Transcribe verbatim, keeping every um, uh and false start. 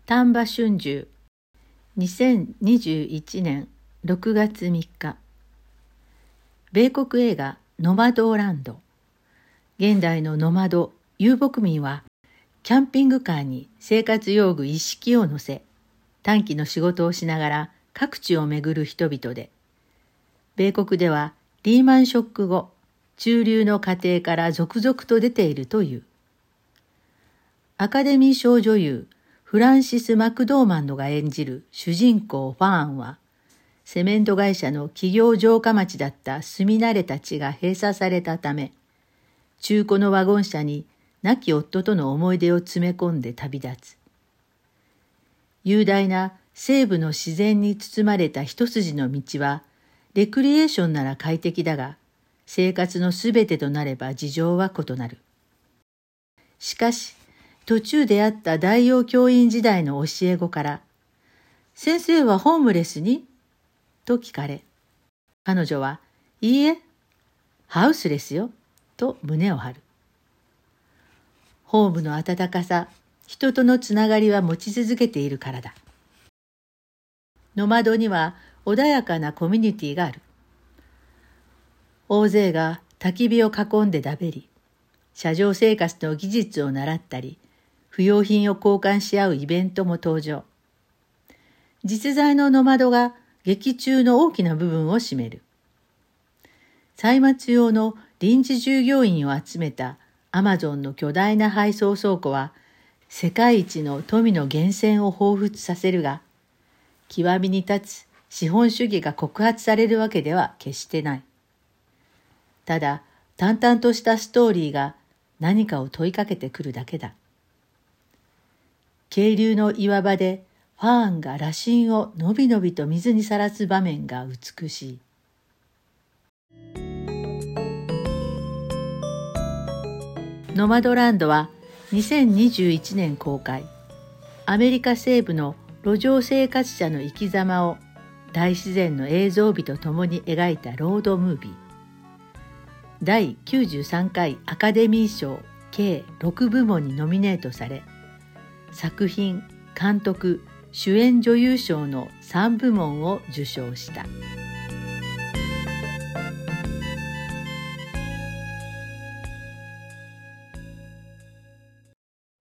丹波春秋にせんにじゅういちねんろくがつみっか。米国映画ノマドランド。現代のノマド遊牧民はキャンピングカーに生活用具一式を乗せ、短期の仕事をしながら各地を巡る人々で、米国ではリーマンショック後、中流の家庭から続々と出ているという。アカデミー賞女優フランシス・マクドーマンドが演じる主人公ファーンは、セメント会社の企業城下町だった住み慣れた地が閉鎖されたため、中古のワゴン車に亡き夫との思い出を詰め込んで旅立つ。雄大な西部の自然に包まれた一筋の道は、レクリエーションなら快適だが、生活のすべてとなれば事情は異なる。しかし、途中であった大洋教員時代の教え子から、先生はホームレスにと聞かれ、彼女は、いいえ、ハウスレスよ、と胸を張る。ホームの温かさ、人とのつながりは持ち続けているからだ。ノマドには穏やかなコミュニティがある。大勢が焚き火を囲んでだべり、車上生活の技術を習ったり、不要品を交換し合うイベントも登場。実在のノマドが劇中の大きな部分を占める。歳末用の臨時従業員を集めたアマゾンの巨大な配送倉庫は、世界一の富の源泉を彷彿させるが、極みに立つ資本主義が告発されるわけでは決してない。ただ、淡々としたストーリーが何かを問いかけてくるだけだ。渓流の岩場でファーンが羅針をのびのびと水にさらす場面が美しい。ノマドランドはにせんにじゅういちねん公開。アメリカ西部の路上生活者の生き様を大自然の映像美とともに描いたロードムービー。だいきゅうじゅうさんかいアカデミー賞計ろくぶもんにノミネートされ、作品、監督、主演女優賞のさんぶもんを受賞した。